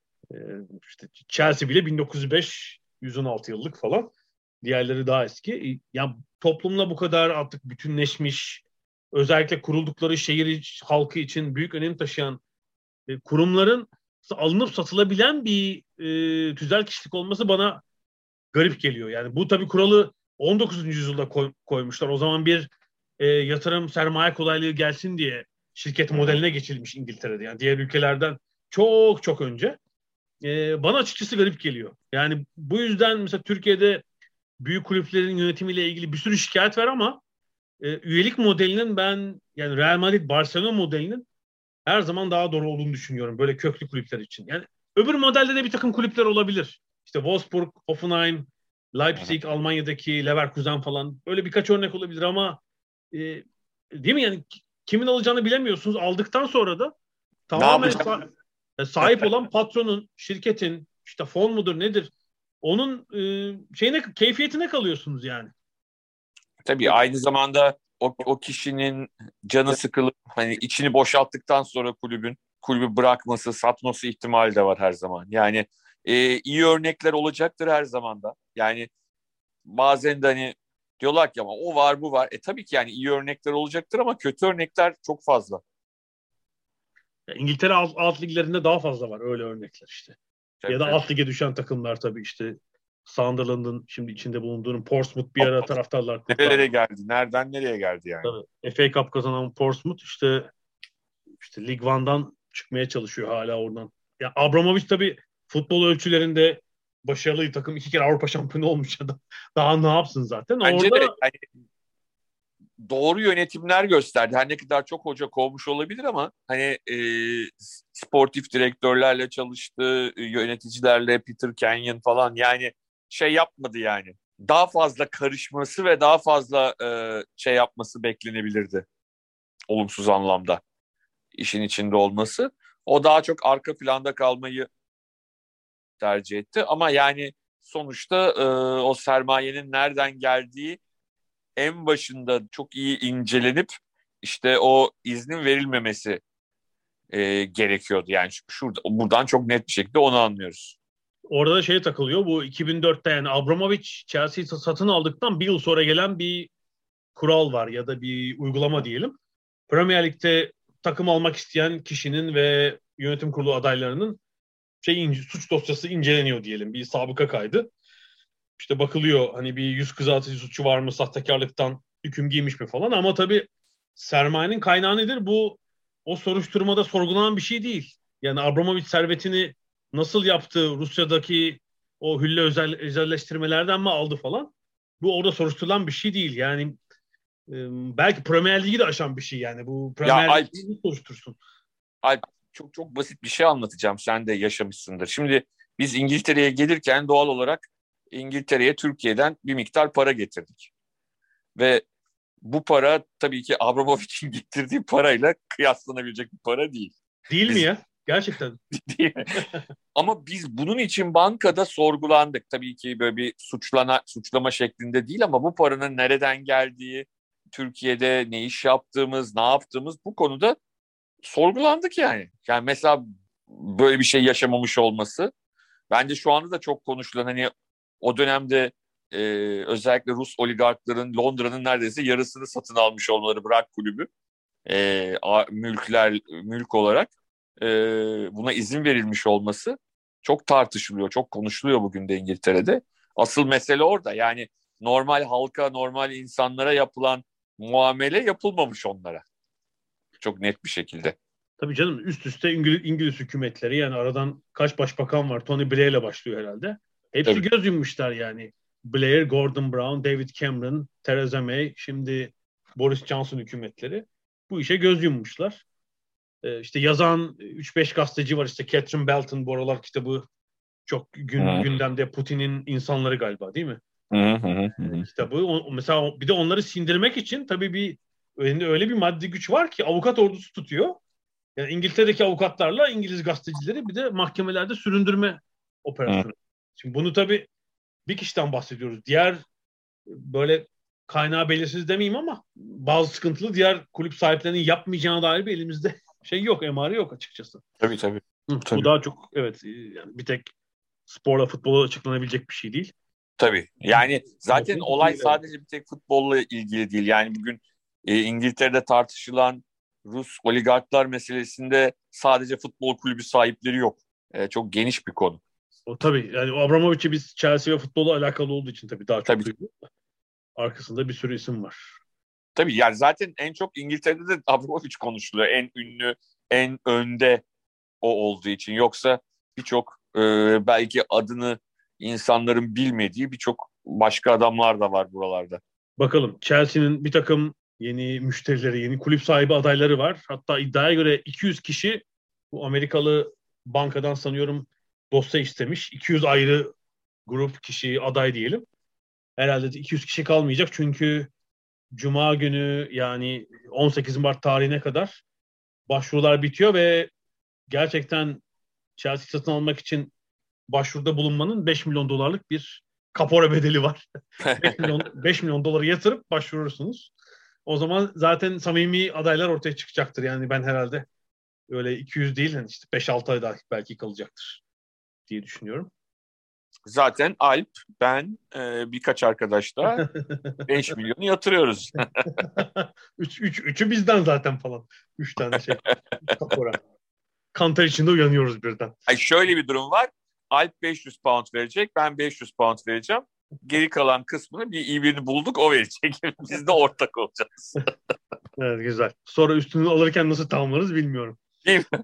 İşte Chelsea bile 1905, 116 yıllık falan. Diğerleri daha eski. Yani toplumla bu kadar artık bütünleşmiş, özellikle kuruldukları şehir halkı için büyük önem taşıyan kurumların alınıp satılabilen bir tüzel kişilik olması bana garip geliyor. Yani bu tabii kuralı 19. yüzyılda koymuşlar. O zaman bir yatırım sermaye kolaylığı gelsin diye şirket modeline geçilmiş İngiltere'de. Yani diğer ülkelerden çok çok önce. Bana açıkçası garip geliyor. Yani bu yüzden mesela Türkiye'de büyük kulüplerin yönetimiyle ilgili bir sürü şikayet var ama üyelik modelinin ben yani Real Madrid, Barcelona modelinin her zaman daha doğru olduğunu düşünüyorum. Böyle köklü kulüpler için. Yani öbür modelde de bir takım kulüpler olabilir. İşte Wolfsburg, Hoffenheim, Leipzig, Almanya'daki Leverkusen falan. Öyle birkaç örnek olabilir ama değil mi yani kimin alacağını bilemiyorsunuz. Aldıktan sonra da tamamen sahip olan patronun, şirketin, işte fon mudur nedir? Onun keyfiyetine kalıyorsunuz yani. Tabii aynı zamanda o kişinin canı sıkılıp hani içini boşalttıktan sonra kulübü bırakması, satması ihtimali de var her zaman. Yani iyi örnekler olacaktır her zaman da. Yani bazen de hani diyorlar ki ama o var bu var. Tabii ki yani iyi örnekler olacaktır ama kötü örnekler çok fazla. İngiltere alt liglerinde daha fazla var öyle örnekler işte. Tabii, ya da tabii. alt lige düşen takımlar tabii işte Sunderland'ın şimdi içinde bulunduğunun Portsmouth bir ara taraftarlar kurtardı. Nerelere geldi? Nereden nereye geldi yani? Tabii. FA Cup kazanan Portsmouth işte League One'dan çıkmaya çalışıyor hala oradan. Ya Abramovich tabii futbol ölçülerinde başarılı takım 2 kere Avrupa şampiyonu olmuş adam. Daha ne yapsın zaten? Bence orada de hani doğru yönetimler gösterdi. Her ne kadar çok hoca kovmuş olabilir ama hani sportif direktörlerle çalıştı, yöneticilerle Peter Kenyon falan yani yapmadı yani. Daha fazla karışması ve daha fazla yapması beklenebilirdi. Olumsuz anlamda işin içinde olması. O daha çok arka planda kalmayı tercih etti. Ama yani sonuçta o sermayenin nereden geldiği en başında çok iyi incelenip işte o iznin verilmemesi gerekiyordu. Yani buradan çok net bir şekilde onu anlıyoruz. Orada da takılıyor. Bu 2004'te yani Abramovich Chelsea'yi satın aldıktan bir yıl sonra gelen bir kural var ya da bir uygulama diyelim. Premier Lig'de takım almak isteyen kişinin ve yönetim kurulu adaylarının suç dosyası inceleniyor diyelim. Bir sabıka kaydı. İşte bakılıyor hani bir yüz kızartıcı suçu var mı, sahtekarlıktan hüküm giymiş mi falan ama tabii sermayenin kaynağı nedir? Bu o soruşturmada sorgulanan bir şey değil. Yani Abramovich servetini nasıl yaptı? Rusya'daki o hülle özelleştirmelerden mi aldı falan? Bu orada soruşturulan bir şey değil. Yani belki Premier Ligi de aşan bir şey yani. Bu Ya Premier Alp, Ligi soruştursun. Alp çok çok basit bir şey anlatacağım. Sen de yaşamışsındır. Şimdi biz İngiltere'ye gelirken doğal olarak İngiltere'ye Türkiye'den bir miktar para getirdik. Ve bu para tabii ki Abramovich'in getirdiği parayla kıyaslanabilecek bir para değil. Değil mi Biz ya? Gerçekten. değil mi? Ama biz bunun için bankada sorgulandık. Tabii ki böyle bir suçlama şeklinde değil ama bu paranın nereden geldiği, Türkiye'de ne iş yaptığımız, ne yaptığımız bu konuda sorgulandık yani. Yani mesela böyle bir şey yaşamamış olması bence şu anda da çok konuşulan hani o dönemde e, özellikle Rus oligarkların Londra'nın neredeyse yarısını satın almış olmaları bırak kulübü mülk olarak e, buna izin verilmiş olması çok tartışılıyor, çok konuşuluyor bugün de İngiltere'de. Asıl mesele orada yani normal halka, normal insanlara yapılan muamele yapılmamış onlara. Çok net bir şekilde. Tabii canım üst üste İngiliz hükümetleri yani aradan kaç başbakan var? Tony Blair'le başlıyor herhalde. Hepsi Tabii. göz yummuşlar yani. Blair, Gordon Brown, David Cameron, Theresa May, şimdi Boris Johnson hükümetleri bu işe göz yummuşlar. İşte yazan 3-5 gazeteci var işte Catherine Belton bu aralar kitabı çok gündemde Putin'in insanları galiba değil mi? Hı. Kitabı. Mesela bir de onları sindirmek için tabii bir öyle bir maddi güç var ki avukat ordusu tutuyor. Yani İngiltere'deki avukatlarla İngiliz gazetecileri bir de mahkemelerde süründürme operasyonu. Şimdi bunu tabii bir kişiden bahsediyoruz. Diğer böyle kaynağı belirsiz demeyeyim ama bazı sıkıntılı diğer kulüp sahiplerinin yapmayacağına dair bir elimizde şey yok, emare yok açıkçası. Tabii tabii. Bu daha çok evet yani bir tek sporla futbola açıklanabilecek bir şey değil. Tabii. Yani zaten Çok olay iyi, evet. sadece bir tek futbolla ilgili değil. Yani bugün İngiltere'de tartışılan Rus oligarklar meselesinde sadece futbol kulübü sahipleri yok. Çok geniş bir konu. O tabii yani o Abramovich'i biz Chelsea ve futbola alakalı olduğu için tabii daha çok Tabii. duyuyor. Arkasında bir sürü isim var. Tabii yani zaten en çok İngiltere'de de Abramovich konuşuluyor. En ünlü, en önde o olduğu için. Yoksa birçok belki adını insanların bilmediği birçok başka adamlar da var buralarda. Bakalım Chelsea'nin bir takım yeni müşterileri, yeni kulüp sahibi adayları var. Hatta iddiaya göre 200 kişi bu Amerikalı bankadan sanıyorum dosya istemiş. 200 ayrı grup kişi aday diyelim. Herhalde de 200 kişi kalmayacak çünkü Cuma günü yani 18 Mart tarihine kadar başvurular bitiyor ve gerçekten Chelsea satın almak için başvuruda bulunmanın 5 milyon dolarlık bir kapora bedeli var. 5 milyon doları yatırıp başvurursunuz. O zaman zaten samimi adaylar ortaya çıkacaktır. Yani ben herhalde öyle 200 değil yani işte 5-6 ay daha belki kalacaktır diye düşünüyorum. Zaten Alp, ben, birkaç arkadaş da 5 milyonu yatırıyoruz. Üçü bizden zaten falan. 3 tane şey. Kapora. Kanter içinde uyanıyoruz birden. Ay şöyle bir durum var. Alp 500 pound verecek, ben 500 pound vereceğim. Geri kalan kısmını bir iyi birini bulduk, o verecek. Biz de ortak olacağız. Evet güzel. Sonra üstünü alırken nasıl tamamlarız bilmiyorum. Değil mi?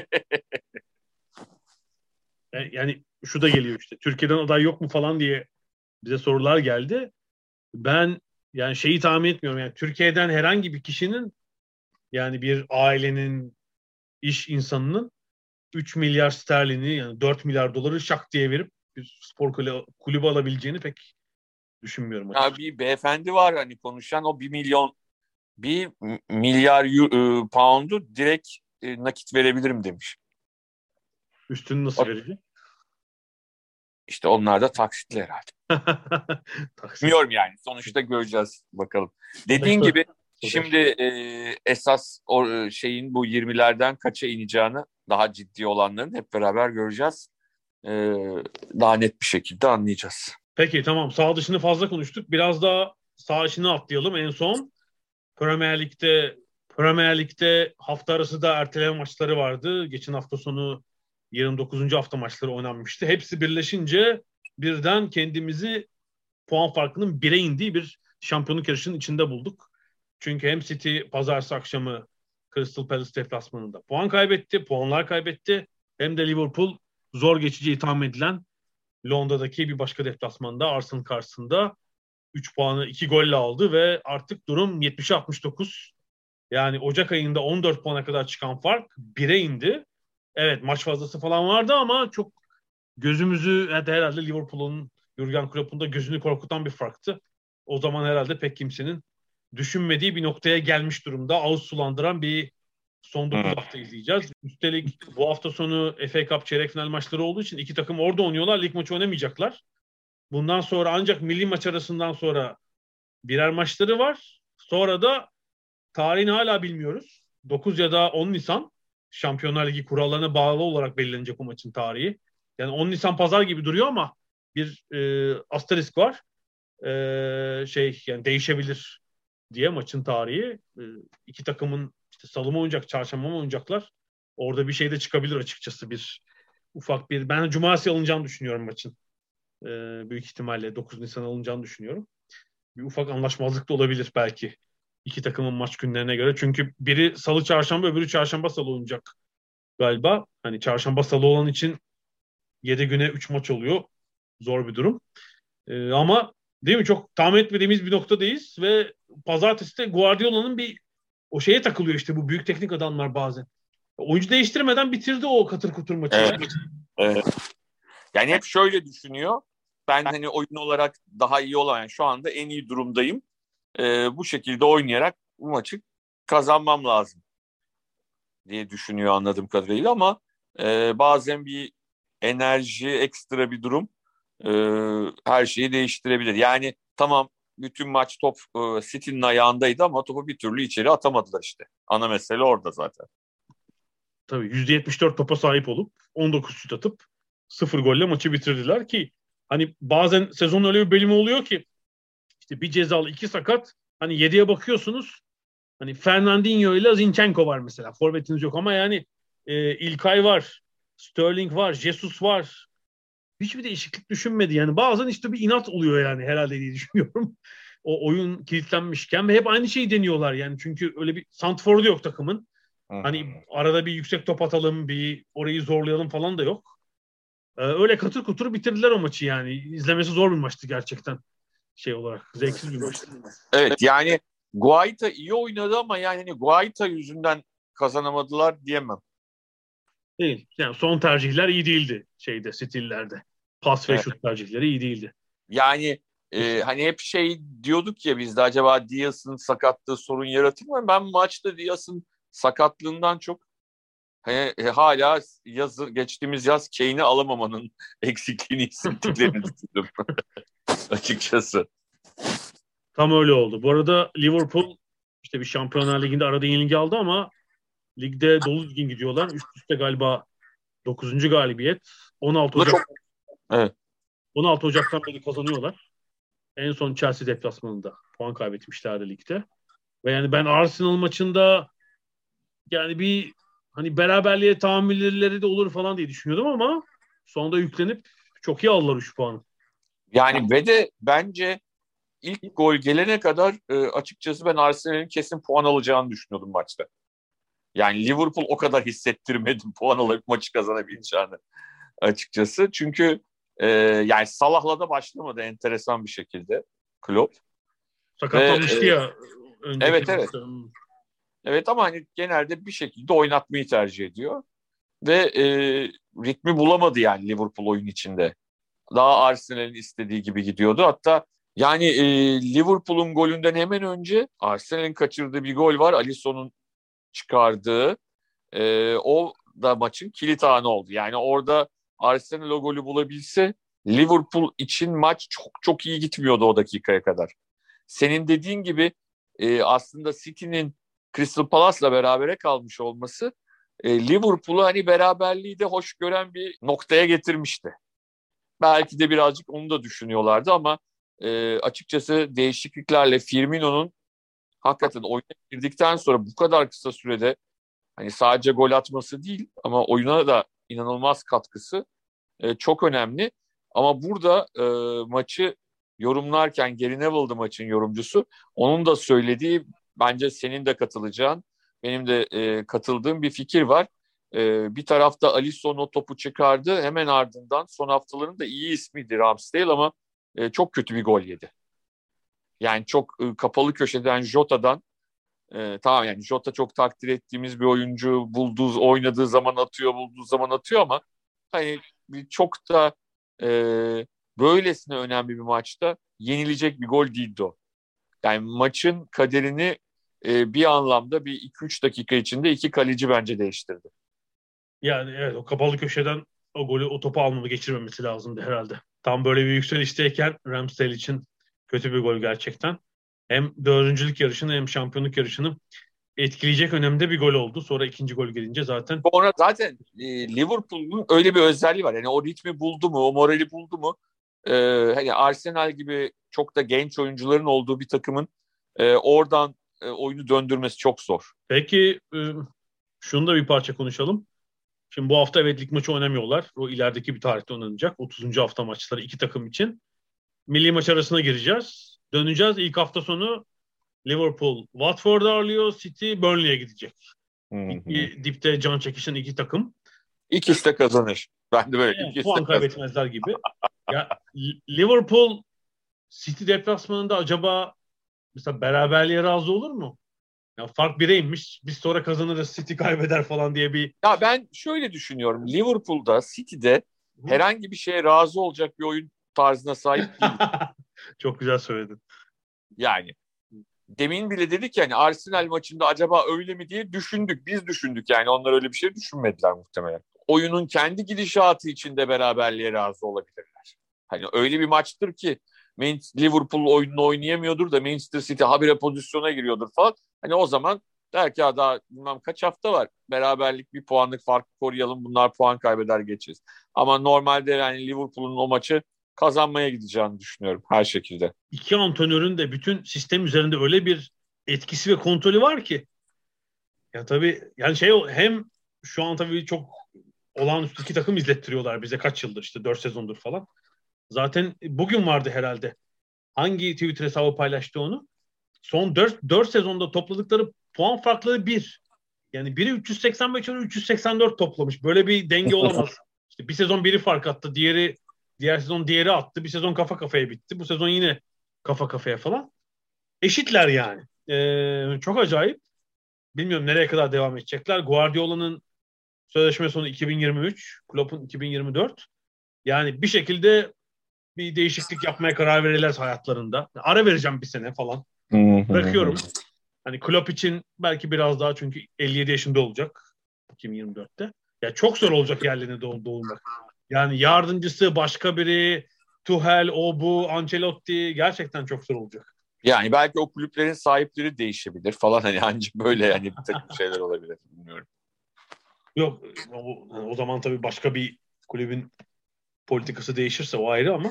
Yani şu da geliyor işte. Türkiye'den aday yok mu falan diye bize sorular geldi. Ben yani şeyi tahmin etmiyorum. Yani Türkiye'den herhangi bir kişinin yani bir ailenin, iş insanının 3 milyar sterlini yani 4 milyar doları şak diye verip bir spor kulübü alabileceğini pek düşünmüyorum Ya açıkçası. bir beyefendi var hani konuşan, o 1 milyar pound'u direkt nakit verebilirim demiş. Üstünü nasıl verecek? İşte onlar da taksitli herhalde. Taksit. Bilmiyorum yani. Sonuçta göreceğiz bakalım. Dediğin gibi şimdi esas şeyin bu 20'lerden kaça ineceğini, daha ciddi olanların hep beraber göreceğiz. E, Daha net bir şekilde anlayacağız. Peki tamam. Sağ dışını fazla konuştuk. Biraz daha sağ içini atlayalım. En son Premier Lig'de hafta arası da erteleme maçları vardı. Geçen hafta sonu 29. hafta maçları oynanmıştı. Hepsi birleşince birden kendimizi puan farkının 1'e indiği bir şampiyonluk yarışının içinde bulduk. Çünkü hem City pazartesi akşamı Crystal Palace deplasmanında puanlar kaybetti. Hem de Liverpool zor geçeceği tahmin edilen Londra'daki bir başka deplasmanda Arsenal karşısında 3 puanı 2 golle aldı ve artık durum 70'e 69. Yani Ocak ayında 14 puana kadar çıkan fark 1'e indi. Evet, maç fazlası falan vardı ama çok gözümüzü herhalde Liverpool'un Jurgen Klopp'un da gözünü korkutan bir farktı. O zaman herhalde pek kimsenin düşünmediği bir noktaya gelmiş durumda. Ağız sulandıran bir son 9 hafta izleyeceğiz. Üstelik bu hafta sonu FA Cup çeyrek final maçları olduğu için iki takım orada oynuyorlar. Lig maçı oynamayacaklar. Bundan sonra ancak milli maç arasından sonra birer maçları var. Sonra da tarihini hala bilmiyoruz. 9 ya da 10 Nisan Şampiyonlar Ligi kurallarına bağlı olarak belirlenecek o maçın tarihi. Yani 10 Nisan pazar gibi duruyor ama bir asterisk var. Yani değişebilir diye maçın tarihi. İki takımın işte salı mı oynayacak, çarşamba mı oynayacaklar? Orada bir şey de çıkabilir açıkçası, ben cumartesi alınacağını düşünüyorum maçın. Büyük ihtimalle 9 Nisan alınacağını düşünüyorum. Bir ufak anlaşmazlık da olabilir belki iki takımın maç günlerine göre. Çünkü biri salı çarşamba, öbürü çarşamba salı oynayacak galiba. Hani çarşamba salı olan için 7 güne 3 maç oluyor. Zor bir durum. Ama değil mi, çok tahmin etmediğimiz bir noktadayız ve pazartesi de Guardiola'nın o şeye takılıyor işte, bu büyük teknik adamlar bazen. Oyuncu değiştirmeden bitirdi o katır kutur maçı. Evet. Evet. Yani hep şöyle düşünüyor. Ben hani oyun olarak daha iyi olan, yani şu anda en iyi durumdayım. Bu şekilde oynayarak bu maçı kazanmam lazım diye düşünüyor anladığım kadarıyla, ama bazen bir enerji, ekstra bir durum her şeyi değiştirebilir. Yani tamam, bütün maç top City'nin ayağındaydı ama topu bir türlü içeri atamadılar işte. Ana mesele orada zaten. Tabii %74 topa sahip olup 19 şut atıp 0 golle maçı bitirdiler ki hani bazen sezonun öyle bir bölümü oluyor ki işte bir cezalı, iki sakat, hani 7'ye bakıyorsunuz, hani Fernandinho ile Zinchenko var mesela, forvetiniz yok ama yani İlkay var, Sterling var, Jesus var, hiçbir değişiklik düşünmedi yani. Bazen işte bir inat oluyor yani herhalde diye düşünüyorum. O oyun kilitlenmişken ve hep aynı şeyi deniyorlar yani, çünkü öyle bir santrforu da yok takımın. Hani arada bir yüksek top atalım, bir orayı zorlayalım falan da yok. Öyle katır kutur bitirdiler o maçı yani. İzlemesi zor bir maçtı gerçekten. Şey olarak zevksiz bir maçtı. Evet, yani Guaita iyi oynadı ama yani hani Guaita yüzünden kazanamadılar diyemem. Değil. Yani son tercihler iyi değildi stillerde. Pas ve şut tercihleri iyi değildi. Yani hani hep şey diyorduk ya biz de, acaba Diaz'ın sakatlığı sorun yaratır mı? Ben maçta Diaz'ın sakatlığından çok hala geçtiğimiz yaz Kane'i alamamanın eksikliğini hissettiklerini düşündüm açıkçası. Tam öyle oldu. Bu arada Liverpool işte bir Şampiyonlar Ligi'nde arada yenilgi aldı ama ligde dolu düzgün gidiyorlar. Üst üste galiba 9. galibiyet. 16 Ocak. Evet. 16 Ocak'tan beri kazanıyorlar. En son Chelsea deplasmanında puan kaybetmişlerdi ligde. Ve yani ben Arsenal maçında yani bir hani beraberliğe tahammülleri de olur falan diye düşünüyordum ama sonunda yüklenip çok iyi aldılar 3 puanı. Yani ve de bence ilk gol gelene kadar açıkçası ben Arsenal'in kesin puan alacağını düşünüyordum maçta. Yani Liverpool o kadar hissettirmedi puan alıp maçı kazanabileceğini açıkçası. Çünkü yani Salah'la da başlamadı enteresan bir şekilde Klopp. Sakatlanmıştı ya. Evet. Evet, ama hani genelde bir şekilde oynatmayı tercih ediyor. Ve ritmi bulamadı yani Liverpool oyun içinde. Daha Arsenal'in istediği gibi gidiyordu. Hatta yani Liverpool'un golünden hemen önce Arsenal'in kaçırdığı bir gol var. Alisson'un çıkardığı. O da maçın kilit anı oldu. Yani orada Arsenal o golü bulabilse Liverpool için maç çok çok iyi gitmiyordu o dakikaya kadar. Senin dediğin gibi aslında City'nin Crystal Palace'la berabere kalmış olması Liverpool'u hani beraberliği de hoş gören bir noktaya getirmişti. Belki de birazcık onu da düşünüyorlardı ama açıkçası değişikliklerle Firmino'nun hakikaten oyuna girdikten sonra bu kadar kısa sürede hani sadece gol atması değil ama oyuna da inanılmaz katkısı çok önemli. Ama burada maçı yorumlarken Gary Neville'dı maçın yorumcusu. Onun da söylediği bence senin de katılacağın, benim de katıldığım bir fikir var. Bir tarafta Alisson o topu çıkardı. Hemen ardından son haftaların da iyi ismiydi Ramsdale ama çok kötü bir gol yedi. Yani çok kapalı köşeden Jota'dan, tamam yani Jota çok takdir ettiğimiz bir oyuncu, oynadığı zaman atıyor, bulduğu zaman atıyor ama hani çok da böylesine önemli bir maçta yenilecek bir gol değildi o. Yani maçın kaderini bir anlamda bir 2-3 dakika içinde iki kaleci bence değiştirdi. Yani evet, o kapalı köşeden o topu almamı geçirmemesi lazımdı herhalde. Tam böyle bir yükselişteyken Ramsdale için kötü bir gol gerçekten. Hem dördüncülük yarışını hem şampiyonluk yarışını etkileyecek önemde bir gol oldu. Sonra ikinci gol gelince zaten. Sonra zaten Liverpool'un öyle bir özelliği var. Yani o ritmi buldu mu, o morali buldu mu? Hani Arsenal gibi çok da genç oyuncuların olduğu bir takımın oradan oyunu döndürmesi çok zor. Peki şunu da bir parça konuşalım. Şimdi bu hafta evet lig maçı oynamıyorlar. O ilerideki bir tarihte oynanacak. 30. hafta maçları iki takım için. Milli maç arasına gireceğiz. Döneceğiz. İlk hafta sonu Liverpool Watford'u ağırlıyor. City Burnley'e gidecek. Dipte can çekişen iki takım. İkisi de kazanır. Ben de böyle. Evet, puan kaybetmezler gibi. Ya Liverpool City deplasmanında acaba mesela beraberliğe razı olur mu? Ya fark 1'e inmiş. Biz sonra kazanırız, City kaybeder falan diye bir... Ya ben şöyle düşünüyorum. Liverpool'da, City'de herhangi bir şeye razı olacak bir oyun tarzına sahip değil. Çok güzel söyledin. Yani demin bile dedik yani Arsenal maçında acaba öyle mi diye düşündük. Biz düşündük yani onlar öyle bir şey düşünmediler muhtemelen. Oyunun kendi gidişatı içinde beraberliğe razı olabilirler. Hani öyle bir maçtır ki Liverpool oyununu oynayamıyordur da Manchester City habire pozisyona giriyordur falan. Hani o zaman der ki daha bilmem kaç hafta var. Beraberlik bir puanlık farkı koruyalım. Bunlar puan kaybeder geçeriz. Ama normalde yani Liverpool'un o maçı kazanmaya gideceğini düşünüyorum her şekilde. İki antrenörün de bütün sistem üzerinde öyle bir etkisi ve kontrolü var ki. Ya tabii yani hem şu an tabii çok olağanüstü iki takım izlettiriyorlar bize kaç yıldır işte 4 sezondur falan. Zaten bugün vardı herhalde. Hangi Twitter hesabı paylaştı onu? Son 4 sezonda topladıkları puan farkları 1. Yani biri 385, öbürü 384 toplamış. Böyle bir denge olamaz. İşte bir sezon biri fark attı, diğer sezon diğeri attı. Bir sezon kafa kafaya bitti. Bu sezon yine kafa kafaya falan. Eşitler yani. Çok acayip. Bilmiyorum nereye kadar devam edecekler. Guardiola'nın sözleşme sonu 2023, Klopp'un 2024. Yani bir şekilde bir değişiklik yapmaya karar verirler hayatlarında. Ara vereceğim bir sene falan. Bırakıyorum. Hani Klopp için belki biraz daha çünkü 57 yaşında olacak 2024'te. Ya çok zor olacak yerlerine doğurmak. Yani yardımcısı başka biri, Tuchel, o bu, Ancelotti gerçekten çok zor olacak. Yani belki o kulüplerin sahipleri değişebilir falan hani ancak böyle yani bir takım şeyler olabilir bilmiyorum. Yok o zaman tabii başka bir kulübün politikası değişirse o ayrı ama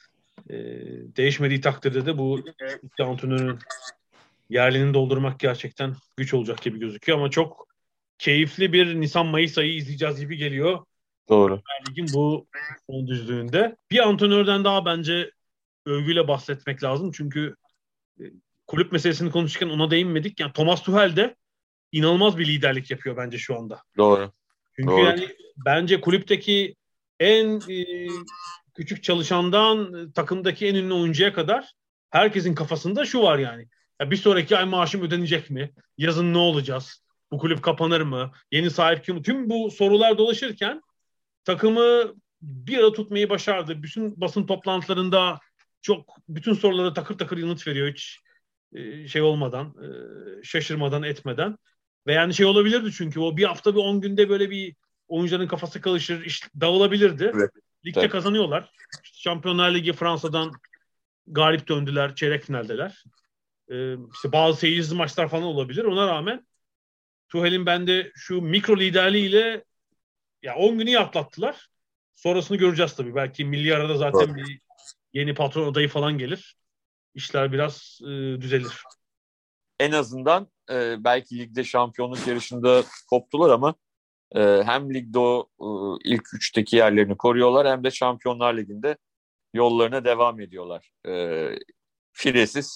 değişmediği takdirde de bu iki antrenörün yerlerini doldurmak gerçekten güç olacak gibi gözüküyor ama çok keyifli bir Nisan-Mayıs ayı izleyeceğiz gibi geliyor. Doğru. Ligin bu son düzlüğünde. Bir antrenörden daha bence övgüyle bahsetmek lazım. Çünkü kulüp meselesini konuşurken ona değinmedik. Yani Thomas Tuchel de inanılmaz bir liderlik yapıyor bence şu anda. Doğru. Çünkü Doğru. yani bence kulüpteki en küçük çalışandan takımdaki en ünlü oyuncuya kadar herkesin kafasında şu var yani. Ya bir sonraki ay maaşım ödenecek mi? Yazın ne olacağız? Bu kulüp kapanır mı? Yeni sahip kim? Tüm bu sorular dolaşırken takımı bir arada tutmayı başardı. Bütün basın toplantılarında bütün sorulara takır takır yanıt veriyor hiç şey olmadan, şaşırmadan, etmeden. Ve yani şey olabilirdi çünkü o bir hafta bir 10 günde böyle bir oyuncuların kafası karışır, iş dağılabilirdi. Evet. Ligde evet. Kazanıyorlar. İşte Şampiyonlar Ligi Fransa'dan galip döndüler, çeyrek finaldeler. İşte bazı seyircisiz maçlar falan olabilir. Ona rağmen Tuchel'in bende şu mikro liderliğiyle ya 10 günü iyi atlattılar. Sonrasını göreceğiz tabii. Belki milli arada zaten bir yeni patron adayı falan gelir. İşler biraz düzelir. En azından belki ligde şampiyonluk yarışında koptular ama hem ligde o ilk üçteki yerlerini koruyorlar hem de Şampiyonlar Ligi'nde yollarına devam ediyorlar. Firesiz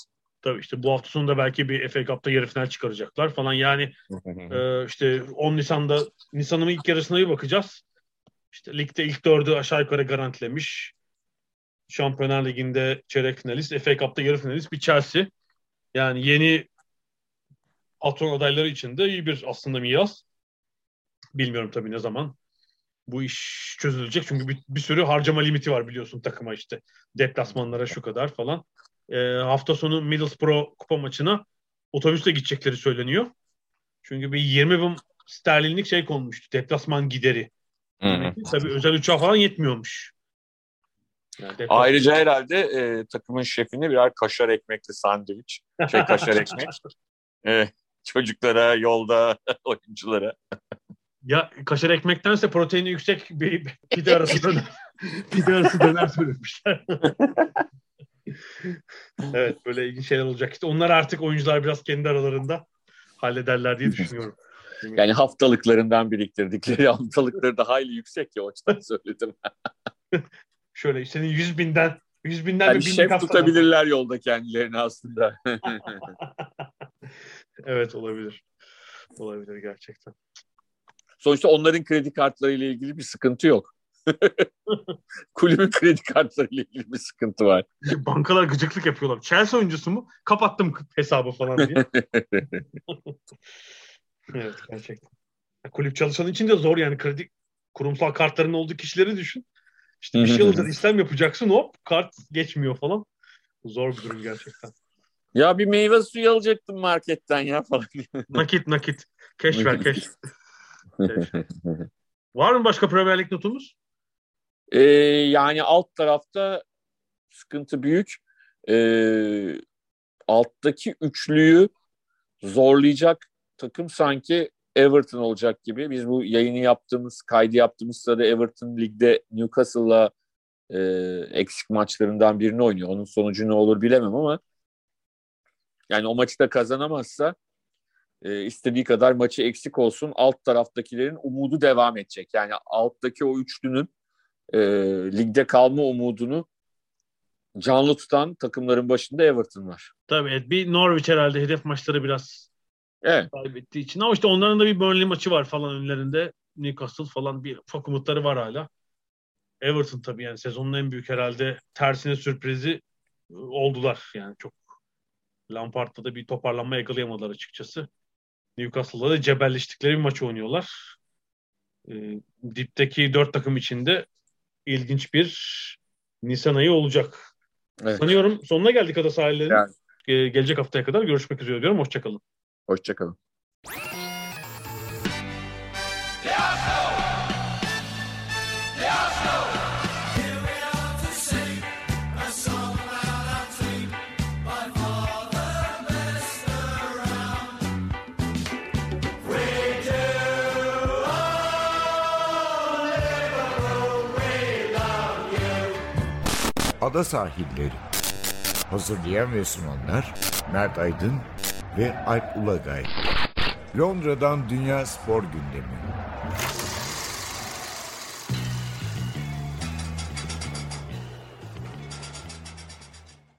Tabii işte bu hafta sonunda belki bir FA Cup'ta yarı final çıkaracaklar falan. Yani işte 10 Nisan'ın ilk yarısına bir bakacağız. İşte ligde ilk 4'ü aşağı yukarı garantilemiş. Şampiyonlar Ligi'nde çeyrek finalist, FA Cup'ta yarı finalist bir Chelsea. Yani yeni patron adayları için de iyi bir aslında miras. Bilmiyorum tabii ne zaman bu iş çözülecek. Çünkü bir sürü harcama limiti var biliyorsun takıma işte. Deplasmanlara şu kadar falan. Hafta sonu Middlesbrough kupa maçına otobüsle gidecekleri söyleniyor. Çünkü bir 20 bin sterlinlik şey konmuştu. Deplasman gideri. Tabii özel uçağa falan yetmiyormuş. Yani ayrıca herhalde takımın şefine birer kaşar ekmekli sandviç. Kaşar ekmek. Çocuklara, yolda oyunculara. Ya kaşar ekmektense proteini yüksek bir pide arası döner söylemişler. Evet, böyle ilginç şeyler olacak. İşte onlar artık oyuncular biraz kendi aralarında hallederler diye düşünüyorum. Yani haftalıklarından biriktirdikleri haftalıkları da hayli yüksek ya, o yüzden söyledim. Şöyle senin 100 binden yani bir şef tutabilirler yolda kendilerini aslında. Evet, olabilir. Olabilir gerçekten. Sonuçta onların kredi kartlarıyla ilgili bir sıkıntı yok. Kulübün kredi kartlarıyla ilgili bir sıkıntı var. Bankalar gıcıklık yapıyorlar. Chelsea oyuncusu mu? Kapattım hesabı falan diye. Evet, gerçekten. Kulüp çalışanı için de zor yani, kredi kurumsal kartların olduğu kişileri düşün. İşte bir şey alacağız, işlem yapacaksın, hop kart geçmiyor falan. Zor bir durum gerçekten. Ya bir meyve suyu alacaktım marketten ya falan. Nakit. Cash ver, cash. Var mı başka Premier Lig notumuz? Yani alt tarafta sıkıntı büyük. Alttaki üçlüyü zorlayacak takım sanki Everton olacak gibi. Biz bu kaydı yaptığımız sırada Everton ligde Newcastle'la eksik maçlarından birini oynuyor. Onun sonucu ne olur bilemem ama yani o maçı da kazanamazsa istediği kadar maçı eksik olsun, alt taraftakilerin umudu devam edecek. Yani alttaki o üçlünün ligde kalma umudunu canlı tutan takımların başında Everton var. Tabii bir Norwich herhalde hedef maçları biraz kaybettiği için. Ama işte onların da bir Burnley maçı var falan önlerinde. Newcastle falan, bir ufak umutları var hala. Everton tabii yani sezonun en büyük herhalde tersine sürprizi oldular. Yani çok Lampard'da da bir toparlanma yakalayamadılar açıkçası. Newcastle'da da cebelleştikleri bir maç oynuyorlar. Dipteki 4 takım içinde ilginç bir Nisan ayı olacak. Evet. Sanıyorum sonuna geldik ada sahillerinin. Yani. Gelecek haftaya kadar görüşmek üzere diyorum. Hoşçakalın. Hoşçakalın. Ada sahilleri. Hazırlayan ve sunanlar Mert Aydın ve Alp Ulagay. Londra'dan Dünya Spor Gündemi.